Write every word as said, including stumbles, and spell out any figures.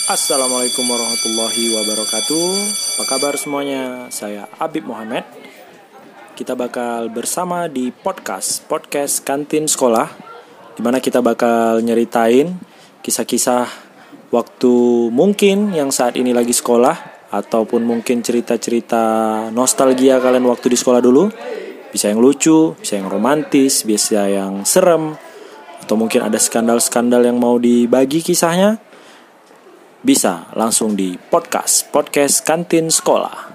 Assalamualaikum warahmatullahi wabarakatuh. Apa kabar semuanya? Saya Habib Muhammad. Kita bakal bersama di podcast Podcast Kantin Sekolah, dimana kita bakal nyeritain kisah-kisah waktu mungkin yang saat ini lagi sekolah, ataupun mungkin cerita-cerita nostalgia kalian waktu di sekolah dulu. Bisa yang lucu, bisa yang romantis, bisa yang serem, atau mungkin ada skandal-skandal yang mau dibagi kisahnya. Bisa langsung di podcast Podcast Kantin Sekolah.